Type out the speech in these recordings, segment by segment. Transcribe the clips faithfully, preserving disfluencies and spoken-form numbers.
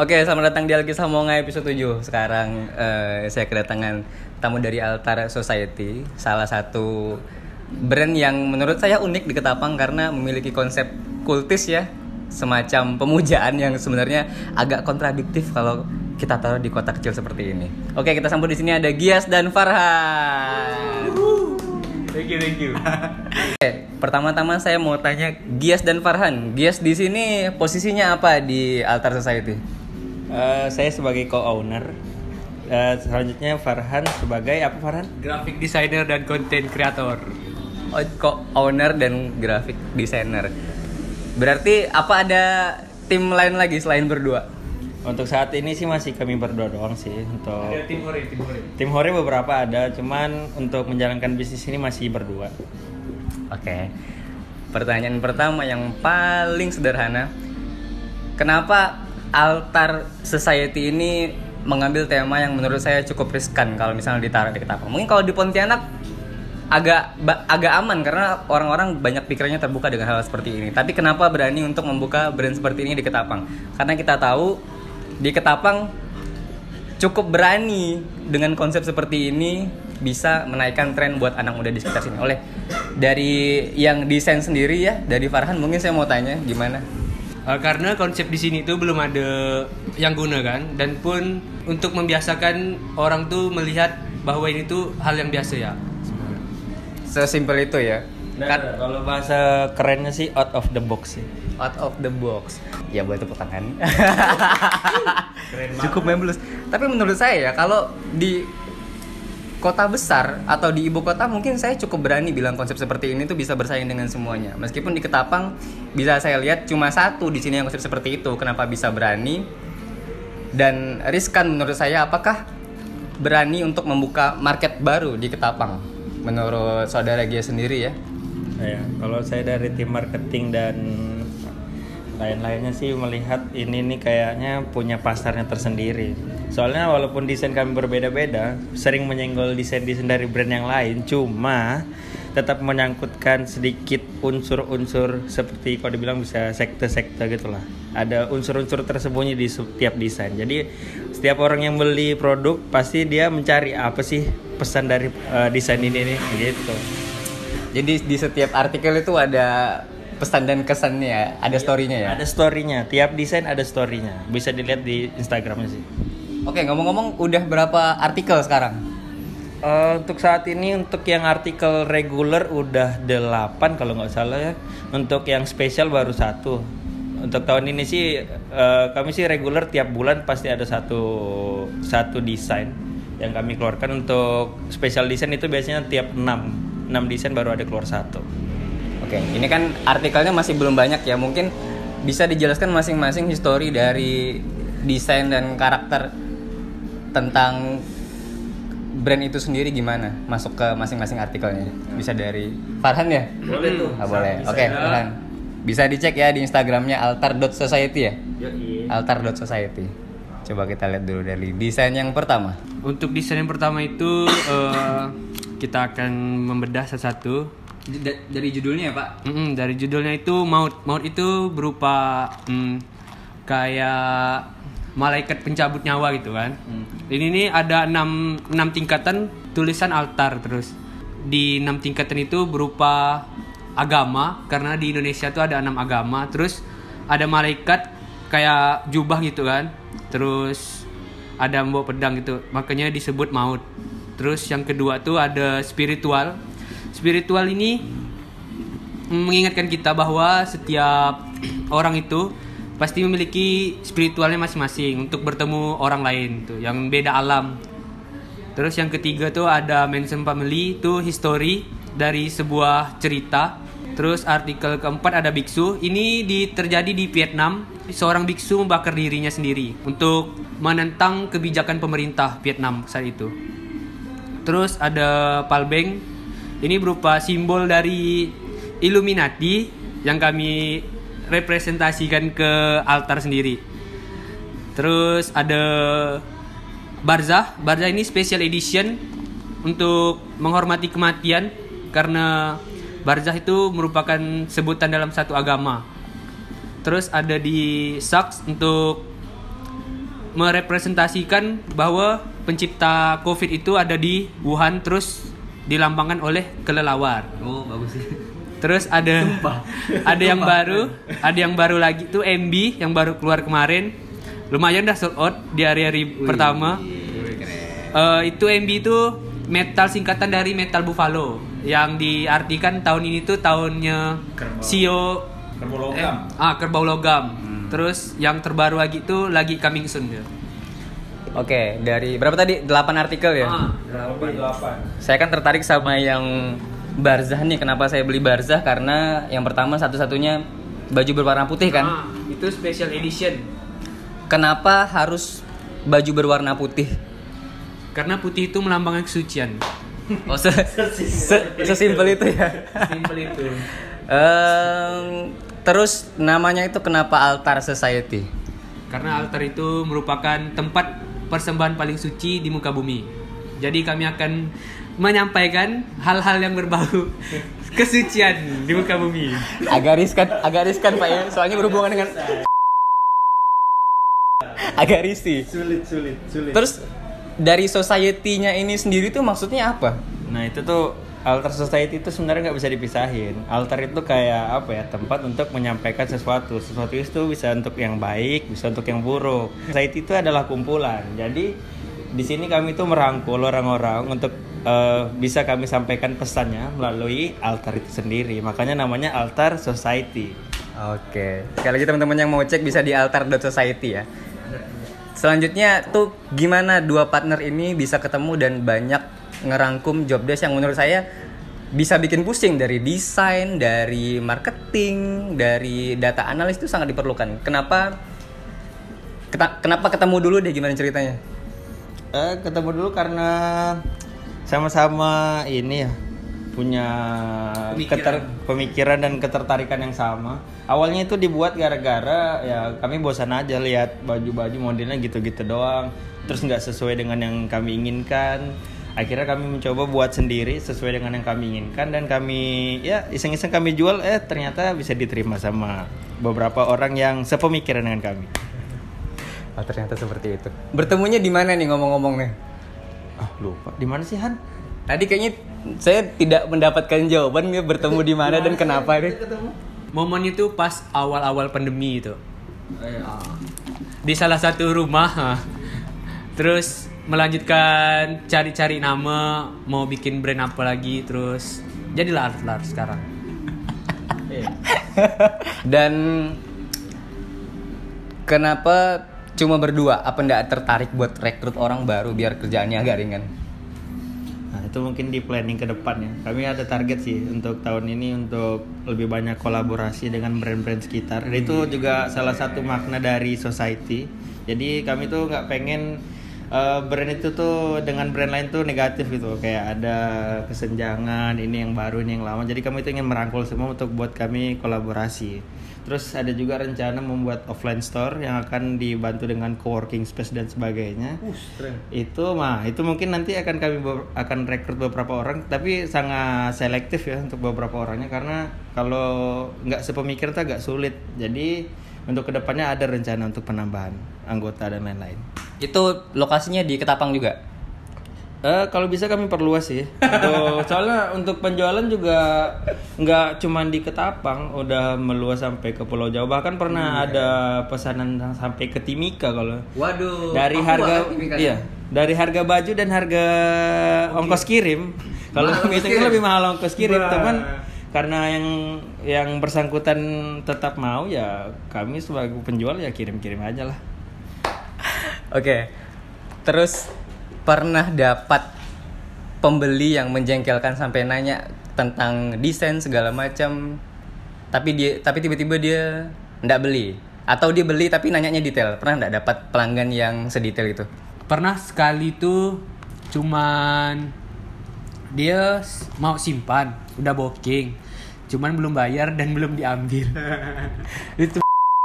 Oke, selamat datang di Alkisah Monga episode tujuh. Sekarang eh, saya kedatangan tamu dari Altar Society, salah satu brand yang menurut saya unik di Ketapang karena memiliki konsep kultis ya, semacam pemujaan yang sebenarnya agak kontradiktif kalau kita taruh di kota kecil seperti ini. Oke, kita sambut di sini ada Gias dan Farhan. Thank you, thank you. Oke, pertama-tama saya mau tanya Gias dan Farhan. Gias di sini posisinya apa di Altar Society? Uh, saya sebagai co-owner. Uh, selanjutnya Farhan sebagai apa Farhan? Graphic designer dan content creator. Oh, co-owner dan graphic designer. Berarti apa ada tim lain lagi selain berdua? Untuk saat ini sih masih kami berdua doang sih untuk Ada tim Hore, tim Hore. tim Hore beberapa ada, cuman untuk menjalankan bisnis ini masih berdua. Oke. Pertanyaan pertama yang paling sederhana. Kenapa Altar Society ini mengambil tema yang menurut saya cukup riskan kalau misalnya ditaruh di Ketapang? Mungkin kalau di Pontianak agak ba- agak aman karena orang-orang banyak pikirannya terbuka dengan hal seperti ini. Tapi kenapa berani untuk membuka brand seperti ini di Ketapang? Karena kita tahu di Ketapang cukup berani dengan konsep seperti ini bisa menaikkan tren buat anak muda di sekitar sini. Oleh dari yang desain sendiri ya, dari Farhan mungkin saya mau tanya gimana? Uh, karena konsep di sini tuh belum ada yang guna kan, dan pun untuk membiasakan orang tuh melihat bahwa ini tuh hal yang biasa ya. Sesimpel itu ya. Dan Kan kalau bahasa kerennya sih out of the box sih. out of the box. Ya buat tepuk tangan. Keren Cukup membelus. Tapi menurut saya ya kalau di kota besar atau di ibu kota mungkin saya cukup berani bilang konsep seperti ini tuh bisa bersaing dengan semuanya. Meskipun di Ketapang bisa saya lihat cuma satu di sini yang konsep seperti itu. Kenapa bisa berani? Dan riskan menurut saya, apakah berani untuk membuka market baru di Ketapang? Menurut saudara Gia sendiri ya. Ya, kalau saya dari tim marketing dan lain-lainnya sih melihat ini nih kayaknya punya pasarnya tersendiri. Soalnya walaupun desain kami berbeda-beda, sering menyenggol desain-desain dari brand yang lain, cuma tetap menyangkutkan sedikit unsur-unsur seperti kalau dibilang bisa sekte-sekte gitulah. Ada unsur-unsur tersembunyi di setiap desain. Jadi setiap orang yang beli produk pasti dia mencari apa sih pesan dari uh, desain ini nih gitu. Jadi di setiap artikel itu ada pesan dan kesannya ya, ada story-nya ya. Ada story-nya, tiap desain ada story-nya. Bisa dilihat di Instagramnya sih. Oke, ngomong-ngomong udah berapa artikel sekarang? Uh, untuk saat ini untuk yang artikel reguler udah delapan kalau nggak salah ya. Untuk yang spesial baru satu. Untuk tahun ini sih uh, kami sih reguler tiap bulan pasti ada satu satu desain yang kami keluarkan. Untuk spesial desain itu biasanya tiap enam enam desain baru ada keluar satu. Oke, ini kan artikelnya masih belum banyak ya. Mungkin bisa dijelaskan masing-masing histori dari desain dan karakter tentang brand itu sendiri gimana masuk ke masing-masing artikelnya. Bisa dari Farhan ya? Boleh tuh. Ah, boleh. Oke, Farhan. Bisa dicek ya di Instagramnya altar dot society ya? altar dot society. Coba kita lihat dulu dari desain yang pertama. Untuk desain yang pertama itu uh, kita akan membedah satu-satu. D- dari judulnya ya, Pak? Mm-mm, dari judulnya itu maut. Maut itu berupa mm, kayak malaikat pencabut nyawa gitu kan. Hmm. Ini nih ada enam tingkatan tulisan altar terus. Di enam tingkatan itu berupa agama karena di Indonesia tuh ada enam agama. Terus ada malaikat kayak jubah gitu kan. Terus ada membawa pedang gitu. Makanya disebut maut. Terus yang kedua tuh ada spiritual. Spiritual ini mengingatkan kita bahwa setiap orang itu pasti memiliki spiritualnya masing-masing untuk bertemu orang lain tuh yang beda alam. Terus yang ketiga tuh ada mention family, itu history dari sebuah cerita. Terus artikel keempat ada biksu. Ini di, terjadi di Vietnam. Seorang biksu membakar dirinya sendiri untuk menentang kebijakan pemerintah Vietnam saat itu. Terus ada palbeng. Ini berupa simbol dari Illuminati yang kami representasikan ke altar sendiri. Terus ada Barzah. Barzah ini special edition untuk menghormati kematian karena Barzah itu merupakan sebutan dalam satu agama. Terus ada di Saks untuk merepresentasikan bahwa pencipta COVID itu ada di Wuhan, terus dilambangkan oleh kelelawar. Oh, bagus sih. Terus ada ada yang baru, ada yang baru lagi tuh M B yang baru keluar kemarin. Lumayan dah sold out di hari-hari Wih, pertama. Uh, itu M B itu metal singkatan dari Metal Buffalo yang diartikan tahun ini tuh tahunnya Sio Kerbau eh, ah kerbau logam. Hmm. Terus yang terbaru lagi tuh lagi coming soon ya. Oke, dari berapa tadi? delapan artikel ya? Ah, delapan. Saya kan tertarik sama yang Barzah nih. Kenapa saya beli Barzah? Karena yang pertama satu-satunya baju berwarna putih kan? Ah, itu special edition. Kenapa harus baju berwarna putih? Karena putih itu melambangkan kesucian. Oh, se se- sesimpel itu ya. Simple itu. Ehm, terus namanya itu kenapa Altar Society? Karena altar itu merupakan tempat persembahan paling suci di muka bumi. Jadi kami akan menyampaikan hal-hal yang berbau kesucian di muka bumi. Agak riskan, agak riskan Pak ya. Soalnya berhubungan dengan agak risih. Sulit, sulit, sulit. Terus dari society-nya ini sendiri tuh maksudnya apa? Nah itu tuh altar society itu sebenarnya nggak bisa dipisahin. Altar itu kayak apa ya, tempat untuk menyampaikan sesuatu. Sesuatu itu bisa untuk yang baik, bisa untuk yang buruk. Society itu adalah kumpulan. Jadi di sini kami tuh merangkul orang-orang untuk uh, bisa kami sampaikan pesannya melalui altar itu sendiri. Makanya namanya altar society. Oke. Sekali lagi teman-teman yang mau cek bisa di altar dot society ya. Selanjutnya tuh gimana dua partner ini bisa ketemu dan banyak ngerangkum job desk yang menurut saya bisa bikin pusing, dari desain, dari marketing, dari data analis itu sangat diperlukan. Kenapa keta- kenapa ketemu dulu deh, gimana ceritanya? Eh, ketemu dulu karena sama-sama ini ya punya Pemikiran. keter- pemikiran dan ketertarikan yang sama. Awalnya itu dibuat gara-gara ya kami bosan aja lihat baju-baju modelnya gitu-gitu doang, terus nggak sesuai dengan yang kami inginkan. Akhirnya kami mencoba buat sendiri sesuai dengan yang kami inginkan, dan kami ya iseng-iseng kami jual, eh ternyata bisa diterima sama beberapa orang yang sepemikiran dengan kami. Oh, ternyata seperti itu. Bertemunya di mana nih ngomong-ngomong nih? Ah lupa di mana sih Han? Tadi kayaknya saya tidak mendapatkan jawaban ya, bertemu di mana dan kenapa nih? Momen itu pas awal-awal pandemi itu. Di salah satu rumah. Terus melanjutkan cari-cari nama, mau bikin brand apa lagi, terus jadilah Altar sekarang. Dan kenapa cuma berdua? Apa nggak tertarik buat rekrut orang baru biar kerjaannya agak ringan? Nah itu mungkin di planning ke depannya. Kami ada target sih untuk tahun ini untuk lebih banyak kolaborasi dengan brand-brand sekitar. Dan itu juga salah satu makna dari society. Jadi kami tuh nggak pengen Uh, brand itu tuh dengan brand lain tuh negatif gitu, kayak ada kesenjangan, ini yang baru, ini yang lama. Jadi kami itu ingin merangkul semua untuk buat kami kolaborasi. Terus ada juga rencana membuat offline store yang akan dibantu dengan co-working space dan sebagainya. Uh, itu mah itu mungkin nanti akan kami be- akan rekrut beberapa orang, tapi sangat selektif ya untuk beberapa orangnya, karena kalau nggak sepemikiran tuh agak sulit. Jadi untuk kedepannya ada rencana untuk penambahan anggota dan lain-lain. Itu lokasinya di Ketapang juga? Eh kalau bisa kami perluas sih. Untuk, soalnya untuk penjualan juga nggak cuma di Ketapang, udah meluas sampai ke Pulau Jawa. Bahkan pernah hmm, ada pesanan sampai ke Timika kalau. Waduh. Dari harga iya, dari harga baju dan harga okay. ongkos kirim. Kalau kami itu lebih mahal ongkos kirim, teman. Karena yang yang bersangkutan tetap mau, ya kami sebagai penjual ya kirim-kirim aja lah. Oke. Okay. Terus pernah dapat pembeli yang menjengkelkan sampai nanya tentang desain segala macam, tapi dia tapi tiba-tiba dia nggak beli, atau dia beli tapi nanyanya detail. Pernah nggak dapat pelanggan yang sedetail itu? Pernah sekali tuh, cuman dia mau simpan, udah booking, cuman belum bayar dan belum diambil. Itu.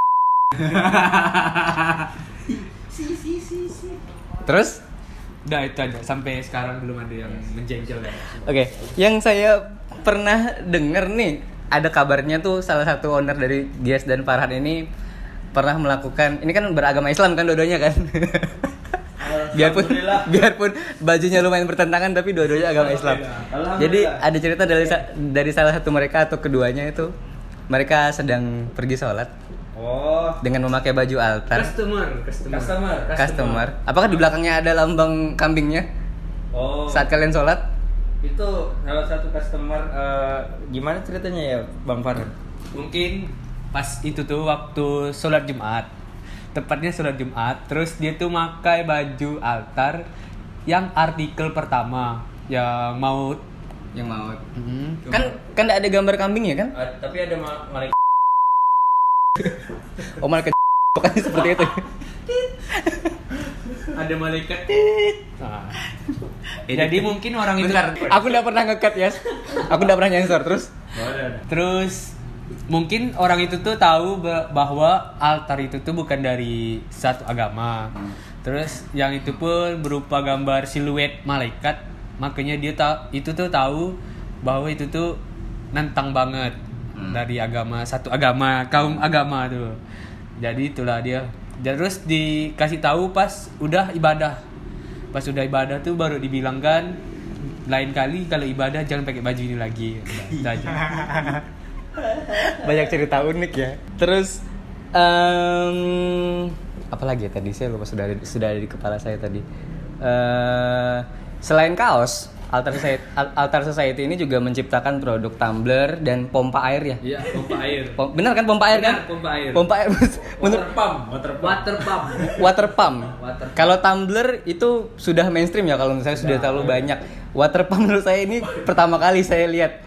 Terus? Udah itu aja, sampai sekarang belum ada yang menjengkel ya. Oke, okay. Yang saya pernah denger nih, ada kabarnya tuh salah satu owner dari Gias dan Farhan ini pernah melakukan, ini kan beragama Islam kan dua-duanya kan. biarpun biarpun bajunya lumayan bertentangan tapi dua-duanya agama Islam. Jadi ada cerita dari dari salah satu mereka atau keduanya itu mereka sedang pergi sholat. Oh. Dengan memakai baju altar. Customer, customer, Customer. Customer. Apakah di belakangnya ada lambang kambingnya? Oh. Saat kalian sholat? Itu salah satu customer uh, gimana ceritanya ya Bang Farhan? Mungkin pas itu tuh waktu sholat Jumat, tepatnya sholat Jumat, terus dia tuh pakai baju altar yang artikel pertama yang maut. Yang maut. Mm-hmm. Kan kan enggak ada gambar kambingnya kan? Uh, tapi ada ma- malaikat. Oh malaikat pokoknya seperti itu. Ada malaikat. Nah. Jadi mungkin orang itu. Bentar, aku enggak pernah nge-cut ya. Aku enggak pernah nyensor terus. Terus mungkin orang itu tuh tahu bahwa altar itu tuh bukan dari satu agama. Hmm. Terus yang itu pun berupa gambar siluet malaikat, makanya dia tahu itu tuh tahu bahwa itu tuh nentang banget hmm. dari agama satu agama kaum agama tuh. Jadi itulah dia. Terus dikasih tahu pas udah ibadah. Pas udah ibadah tuh baru dibilangkan lain kali kalau ibadah jangan pakai baju ini lagi. Udah, aja. Banyak cerita unik ya. Terus um, apa lagi ya tadi saya lupa sudah ada, sudah ada di kepala saya tadi. Uh, selain kaos, Altar Society, Altar Society ini juga menciptakan produk tumbler dan pompa air ya. Iya, pompa air. Pom, benar kan pompa air benar, kan? Pompa air. Pompa air. Water pump, water pump. Water pump. Water pump. Water pump. Kalau tumbler itu sudah mainstream ya kalau menurut saya sudah terlalu banyak. Water pump menurut saya ini pertama kali saya lihat.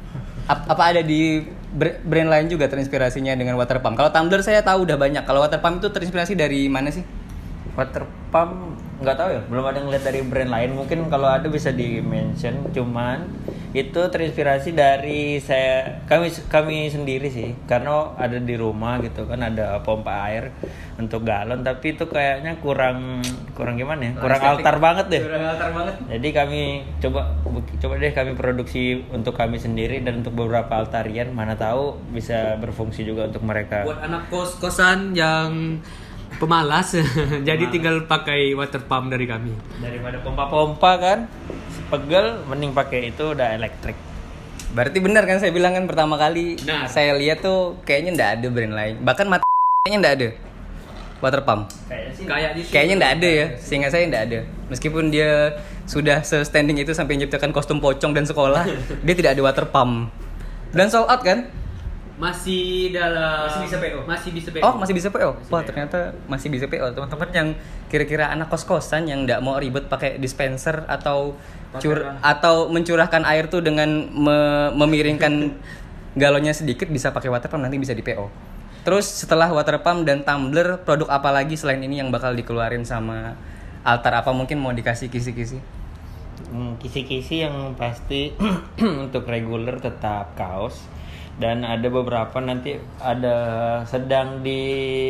Apa ada di brand lain juga terinspirasinya dengan water pump? Kalau tumbler saya tahu udah banyak. Kalau water pump itu terinspirasi dari mana sih? Water pump nggak tahu ya, belum ada ngeliat dari brand lain. Mungkin kalau ada bisa di mention. Cuman itu terinspirasi dari saya kami kami sendiri sih, karena ada di rumah gitu kan ada pompa air untuk galon, tapi itu kayaknya kurang kurang gimana ya, kurang estetik. altar banget deh. Kurang altar banget. Jadi kami coba coba deh kami produksi untuk kami sendiri dan untuk beberapa altarian, mana tahu bisa berfungsi juga untuk mereka. Buat anak kos-kosan yang pemalas jadi tinggal pakai water pump dari kami. Daripada pompa-pompa kan pegel, mending pakai itu udah elektrik. Berarti benar kan saya bilang kan pertama kali Benar. saya lihat tuh kayaknya nggak ada brand lain. Bahkan mata kayaknya nggak ada water pump. Kayaknya sih Kayaknya sih. Kayaknya nggak ada ya. Sehingga saya nggak ada. Meskipun dia sudah se-standing itu sampai menciptakan kostum pocong dan sekolah, dia tidak ada water pump. Dan sold out kan? Masih dalam Masih bisa P O. Masih bisa P O. Oh masih bisa P O. Wah ternyata masih bisa P O. Teman-teman yang kira-kira anak kos-kosan yang nggak mau ribet pakai dispenser atau cur atau mencurahkan air tuh dengan me- memiringkan galonnya sedikit, bisa pakai water pump, nanti bisa di P O. Terus setelah water pump dan tumbler, produk apa lagi selain ini yang bakal dikeluarin sama Altar? Apa mungkin mau dikasih kisi-kisi? Hmm, kisi-kisi yang pasti untuk reguler tetap kaos, dan ada beberapa nanti ada sedang di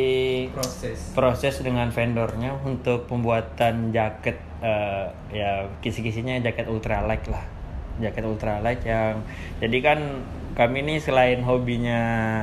Proses. proses dengan vendornya untuk pembuatan jaket, uh, ya kisi-kisinya jaket ultralight lah, jaket ultralight yang jadi kan kami ini selain hobinya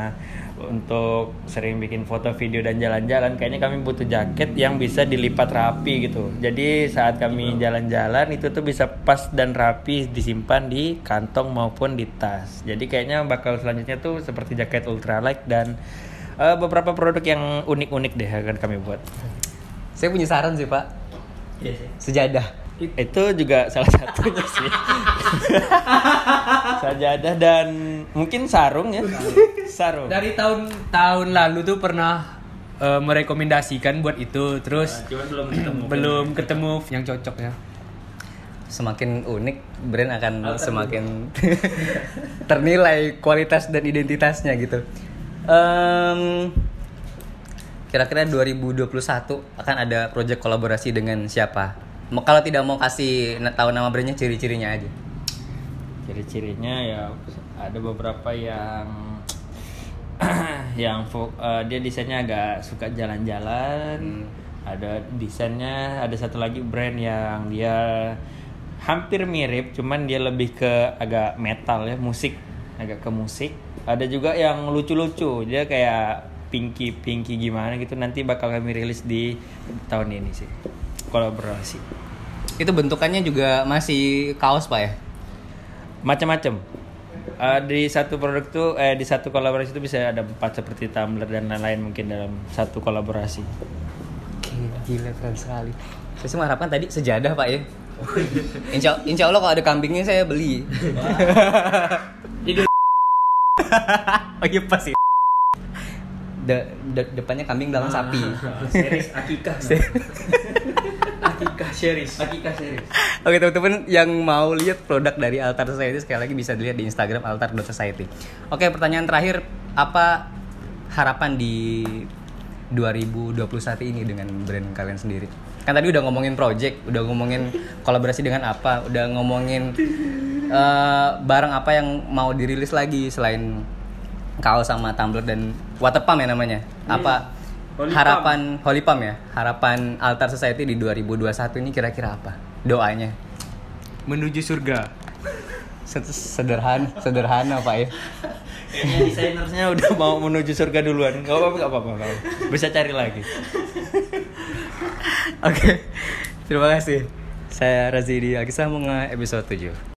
untuk sering bikin foto, video dan jalan-jalan, kayaknya kami butuh jaket yang bisa dilipat rapi gitu. Jadi saat kami jalan-jalan itu tuh bisa pas dan rapi disimpan di kantong maupun di tas. Jadi kayaknya bakal selanjutnya tuh seperti jaket ultralight dan uh, beberapa produk yang unik-unik deh akan kami buat. Saya punya saran sih Pak. Iya sih. Sejadah. Itu juga salah satunya sih. Sajadah dan mungkin sarung ya. Sarung. Dari tahun tahun lalu tuh pernah uh, merekomendasikan buat itu, terus Cuman belum ketemu. belum ketemu yang cocok ya. Semakin unik, brand akan semakin ternilai kualitas dan identitasnya gitu. Um, kira-kira dua ribu dua puluh satu akan ada project kolaborasi dengan siapa? Kalau tidak mau kasih tahu nama brandnya, ciri-cirinya aja. Ciri-cirinya ya ada beberapa yang yang uh, dia desainnya agak suka jalan-jalan. Hmm. Ada desainnya, ada satu lagi brand yang dia hampir mirip, cuman dia lebih ke agak metal ya, musik, agak ke musik. Ada juga yang lucu-lucu, dia kayak pinky pinky gimana gitu, nanti bakal kami rilis di tahun ini sih, kolaborasi. Itu bentukannya juga masih kaos Pak ya? Macam-macam. Uh, di satu produk tuh eh di satu kolaborasi itu bisa ada empat seperti tumbler dan lain-lain mungkin dalam satu kolaborasi. Gila, gila keren sekali. Saya sih mengharapkan tadi sejadah Pak ya. Insya, insya Allah kalau ada kambingnya saya beli. Oh iya pas sih. De, de, depannya kambing dalam sapi. Series Akikah. Akikah series. Akikah series. Oke teman-teman yang mau lihat produk dari Altar Society sekali lagi bisa dilihat di Instagram altar dot society. Oke, pertanyaan terakhir, apa harapan di dua ribu dua puluh satu ini dengan brand kalian sendiri? Kan tadi udah ngomongin project, udah ngomongin kolaborasi dengan apa, udah ngomongin uh, barang apa yang mau dirilis lagi selain kaos sama tumbler dan water pump ya namanya. Apa Holy harapan Pump. Holy Pump ya? Harapan Altar Society di dua ribu dua puluh satu ini kira-kira apa? Doanya Menuju surga. sederhana, sederhana Pak ya. Kayaknya desainersnya udah mau menuju surga duluan. Gak apa-apa, gak apa-apa, gak apa-apa. Bisa cari lagi. Oke, terima kasih. Saya Razidi Alkisah, episode tujuh.